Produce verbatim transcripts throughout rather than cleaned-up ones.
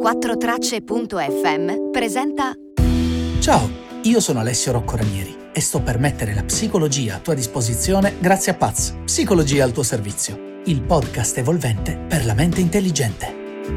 quattro tracce punto effe emme presenta. Ciao, io sono Alessio Rocco Ranieri e sto per mettere la psicologia a tua disposizione grazie a Paz, Psicologia al tuo servizio, il podcast evolvente per la mente intelligente.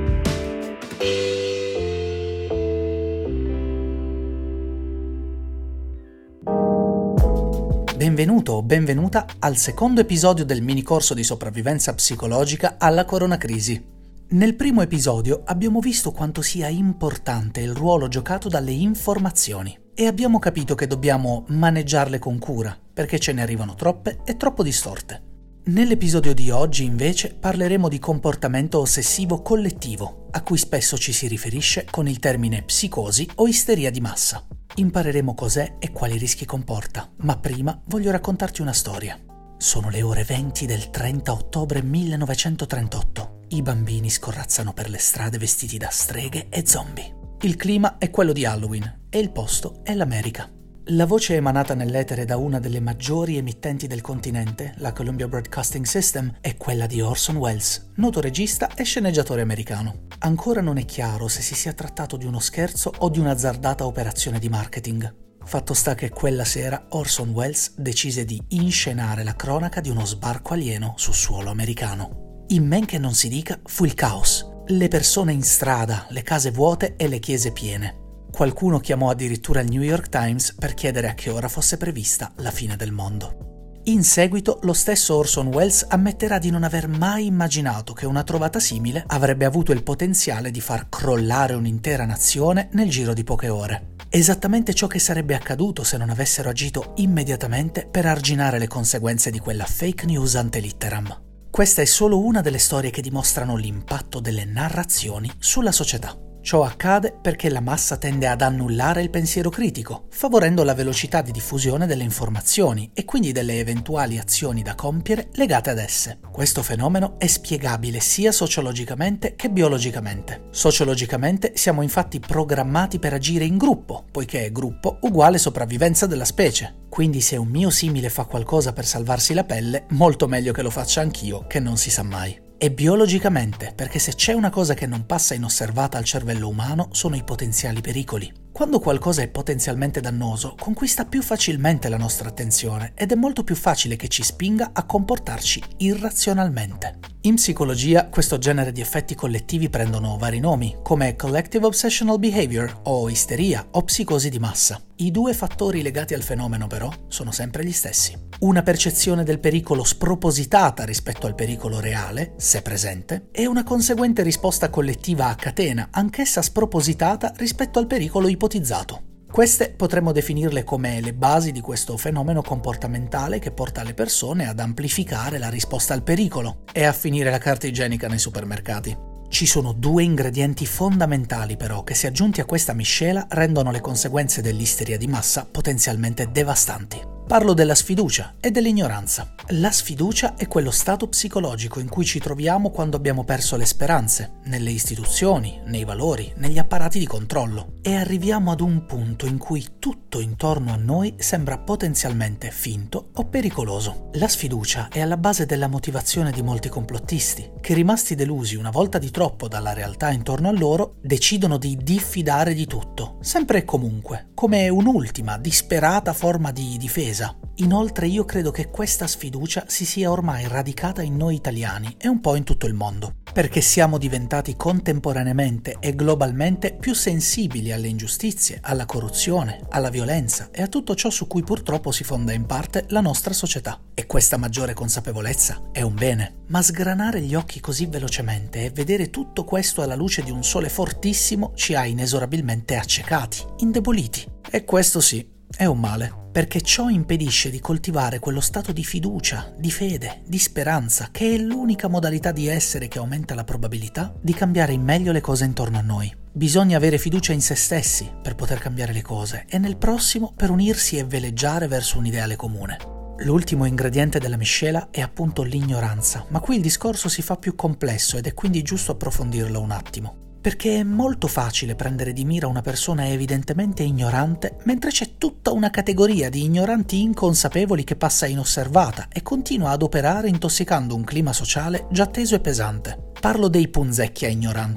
Benvenuto o benvenuta al secondo episodio del mini corso di sopravvivenza psicologica alla coronacrisi. Nel primo episodio abbiamo visto quanto sia importante il ruolo giocato dalle informazioni e abbiamo capito che dobbiamo maneggiarle con cura perché ce ne arrivano troppe e troppo distorte. Nell'episodio di oggi invece parleremo di comportamento ossessivo collettivo, a cui spesso ci si riferisce con il termine psicosi o isteria di massa. Impareremo cos'è e quali rischi comporta, ma prima voglio raccontarti una storia. Sono le ore venti del trenta ottobre millenovecentotrentotto. I bambini scorrazzano per le strade vestiti da streghe e zombie. Il clima è quello di Halloween e il posto è l'America. La voce emanata nell'etere da una delle maggiori emittenti del continente, la Columbia Broadcasting System, è quella di Orson Welles, noto regista e sceneggiatore americano. Ancora non è chiaro se si sia trattato di uno scherzo o di un'azzardata operazione di marketing. Fatto sta che quella sera Orson Welles decise di inscenare la cronaca di uno sbarco alieno su suolo americano. In men che non si dica fu il caos, le persone in strada, le case vuote e le chiese piene. Qualcuno chiamò addirittura il New York Times per chiedere a che ora fosse prevista la fine del mondo. In seguito, lo stesso Orson Welles ammetterà di non aver mai immaginato che una trovata simile avrebbe avuto il potenziale di far crollare un'intera nazione nel giro di poche ore. Esattamente ciò che sarebbe accaduto se non avessero agito immediatamente per arginare le conseguenze di quella fake news ante litteram. Questa è solo una delle storie che dimostrano l'impatto delle narrazioni sulla società. Ciò accade perché la massa tende ad annullare il pensiero critico, favorendo la velocità di diffusione delle informazioni e quindi delle eventuali azioni da compiere legate ad esse. Questo fenomeno è spiegabile sia sociologicamente che biologicamente. Sociologicamente siamo infatti programmati per agire in gruppo, poiché è gruppo uguale sopravvivenza della specie. Quindi se un mio simile fa qualcosa per salvarsi la pelle, molto meglio che lo faccia anch'io, che non si sa mai. E biologicamente, perché se c'è una cosa che non passa inosservata al cervello umano sono i potenziali pericoli. Quando qualcosa è potenzialmente dannoso, conquista più facilmente la nostra attenzione ed è molto più facile che ci spinga a comportarci irrazionalmente. In psicologia, questo genere di effetti collettivi prendono vari nomi, come Collective Obsessional Behavior o isteria o psicosi di massa. I due fattori legati al fenomeno, però, sono sempre gli stessi. Una percezione del pericolo spropositata rispetto al pericolo reale, se presente, e una conseguente risposta collettiva a catena, anch'essa spropositata rispetto al pericolo ipotizzato. Queste potremmo definirle come le basi di questo fenomeno comportamentale che porta le persone ad amplificare la risposta al pericolo e a finire la carta igienica nei supermercati. Ci sono due ingredienti fondamentali però che, se aggiunti a questa miscela, rendono le conseguenze dell'isteria di massa potenzialmente devastanti. Parlo della sfiducia e dell'ignoranza. La sfiducia è quello stato psicologico in cui ci troviamo quando abbiamo perso le speranze, nelle istituzioni, nei valori, negli apparati di controllo, e arriviamo ad un punto in cui tutto intorno a noi sembra potenzialmente finto o pericoloso. La sfiducia è alla base della motivazione di molti complottisti, che, rimasti delusi una volta di troppo dalla realtà intorno a loro, decidono di diffidare di tutto, sempre e comunque, come un'ultima, disperata forma di difesa. Inoltre io credo che questa sfiducia si sia ormai radicata in noi italiani e un po' in tutto il mondo, perché siamo diventati contemporaneamente e globalmente più sensibili alle ingiustizie, alla corruzione, alla violenza e a tutto ciò su cui purtroppo si fonda in parte la nostra società. E questa maggiore consapevolezza è un bene, ma sgranare gli occhi così velocemente e vedere tutto questo alla luce di un sole fortissimo ci ha inesorabilmente accecati, indeboliti. E questo sì, è un male, perché ciò impedisce di coltivare quello stato di fiducia, di fede, di speranza, che è l'unica modalità di essere che aumenta la probabilità di cambiare in meglio le cose intorno a noi. Bisogna avere fiducia in se stessi per poter cambiare le cose e nel prossimo per unirsi e veleggiare verso un ideale comune. L'ultimo ingrediente della miscela è appunto l'ignoranza, ma qui il discorso si fa più complesso ed è quindi giusto approfondirlo un attimo. Perché è molto facile prendere di mira una persona evidentemente ignorante, mentre c'è tutta una categoria di ignoranti inconsapevoli che passa inosservata e continua ad operare intossicando un clima sociale già teso e pesante. Parlo dei punzecchia ignoranti.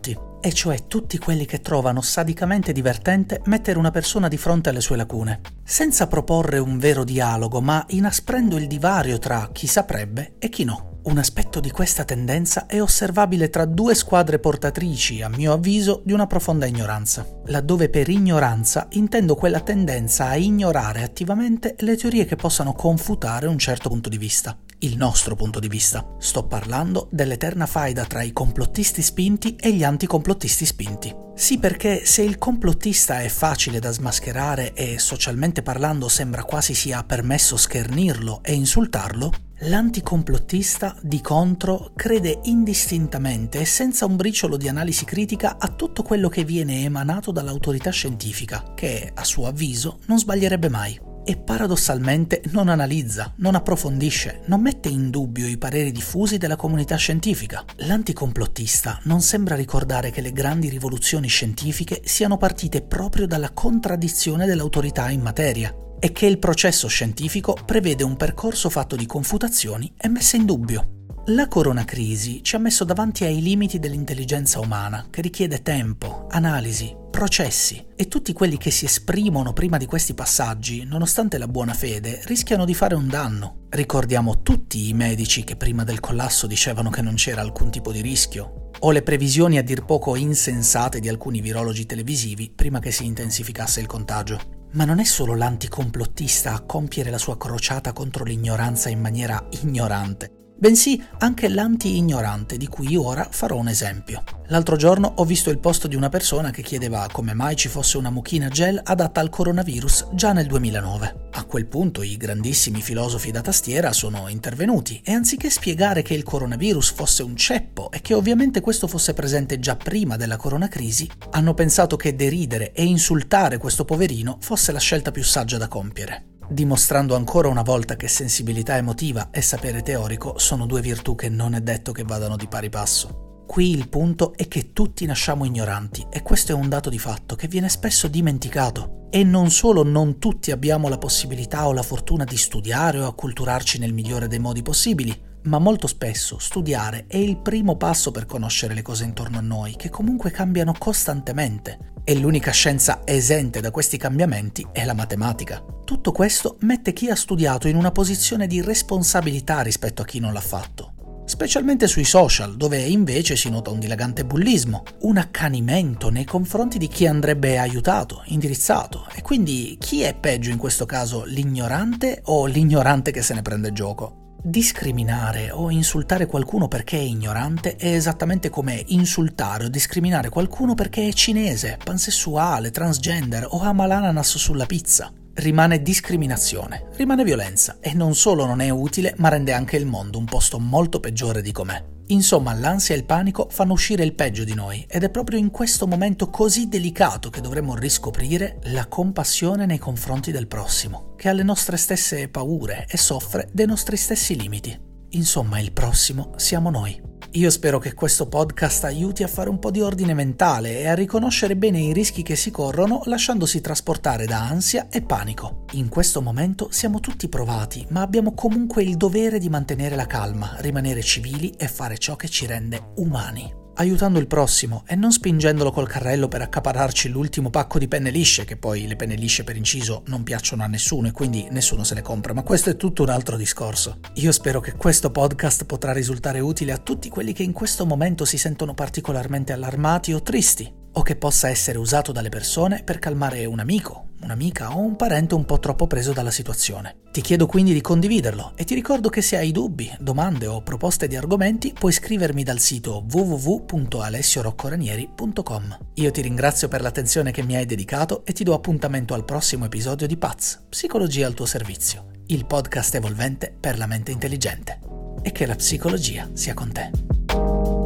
e cioè tutti quelli che trovano sadicamente divertente mettere una persona di fronte alle sue lacune, senza proporre un vero dialogo, ma inasprendo il divario tra chi saprebbe e chi no. Un aspetto di questa tendenza è osservabile tra due squadre portatrici, a mio avviso, di una profonda ignoranza, laddove per ignoranza intendo quella tendenza a ignorare attivamente le teorie che possano confutare un certo punto di vista. Il nostro punto di vista. Sto parlando dell'eterna faida tra i complottisti spinti e gli anticomplottisti spinti. Sì, perché se il complottista è facile da smascherare e socialmente parlando sembra quasi sia permesso schernirlo e insultarlo, l'anticomplottista, di contro, crede indistintamente e senza un briciolo di analisi critica a tutto quello che viene emanato dall'autorità scientifica, che, a suo avviso, non sbaglierebbe mai. E paradossalmente non analizza, non approfondisce, non mette in dubbio i pareri diffusi della comunità scientifica. L'anticomplottista non sembra ricordare che le grandi rivoluzioni scientifiche siano partite proprio dalla contraddizione dell'autorità in materia e che il processo scientifico prevede un percorso fatto di confutazioni e messe in dubbio. La coronacrisi ci ha messo davanti ai limiti dell'intelligenza umana, che richiede tempo, analisi, processi, e tutti quelli che si esprimono prima di questi passaggi, nonostante la buona fede, rischiano di fare un danno. Ricordiamo tutti i medici che prima del collasso dicevano che non c'era alcun tipo di rischio, o le previsioni a dir poco insensate di alcuni virologi televisivi prima che si intensificasse il contagio. Ma non è solo l'anticomplottista a compiere la sua crociata contro l'ignoranza in maniera ignorante, bensì anche l'anti-ignorante, di cui ora farò un esempio. L'altro giorno ho visto il post di una persona che chiedeva come mai ci fosse una mucchina gel adatta al coronavirus già nel duemilanove. A quel punto i grandissimi filosofi da tastiera sono intervenuti e anziché spiegare che il coronavirus fosse un ceppo e che ovviamente questo fosse presente già prima della coronacrisi, hanno pensato che deridere e insultare questo poverino fosse la scelta più saggia da compiere, dimostrando ancora una volta che sensibilità emotiva e sapere teorico sono due virtù che non è detto che vadano di pari passo. Qui il punto è che tutti nasciamo ignoranti e questo è un dato di fatto che viene spesso dimenticato. E non solo non tutti abbiamo la possibilità o la fortuna di studiare o acculturarci nel migliore dei modi possibili, ma molto spesso studiare è il primo passo per conoscere le cose intorno a noi, che comunque cambiano costantemente. E l'unica scienza esente da questi cambiamenti è la matematica. Tutto questo mette chi ha studiato in una posizione di responsabilità rispetto a chi non l'ha fatto. Specialmente sui social, dove invece si nota un dilagante bullismo, un accanimento nei confronti di chi andrebbe aiutato, indirizzato. E quindi chi è peggio in questo caso, l'ignorante o l'ignorante che se ne prende gioco? Discriminare o insultare qualcuno perché è ignorante è esattamente come insultare o discriminare qualcuno perché è cinese, pansessuale, transgender o ama l'ananas sulla pizza. Rimane discriminazione, rimane violenza e non solo non è utile, ma rende anche il mondo un posto molto peggiore di com'è. Insomma, l'ansia e il panico fanno uscire il peggio di noi ed è proprio in questo momento così delicato che dovremmo riscoprire la compassione nei confronti del prossimo, che ha le nostre stesse paure e soffre dei nostri stessi limiti. Insomma, il prossimo siamo noi. Io spero che questo podcast aiuti a fare un po' di ordine mentale e a riconoscere bene i rischi che si corrono lasciandosi trasportare da ansia e panico. In questo momento siamo tutti provati, ma abbiamo comunque il dovere di mantenere la calma, rimanere civili e fare ciò che ci rende umani, aiutando il prossimo e non spingendolo col carrello per accaparrarci l'ultimo pacco di penne lisce, che poi le penne lisce per inciso non piacciono a nessuno e quindi nessuno se le compra, ma questo è tutto un altro discorso. Io spero che questo podcast potrà risultare utile a tutti quelli che in questo momento si sentono particolarmente allarmati o tristi, o che possa essere usato dalle persone per calmare un amico, un'amica o un parente un po' troppo preso dalla situazione. Ti chiedo quindi di condividerlo e ti ricordo che se hai dubbi, domande o proposte di argomenti puoi scrivermi dal sito w w w punto alessio rocco ranieri punto com. Io ti ringrazio per l'attenzione che mi hai dedicato e ti do appuntamento al prossimo episodio di P A Z, Psicologia al tuo servizio, il podcast evolvente per la mente intelligente. E che la psicologia sia con te.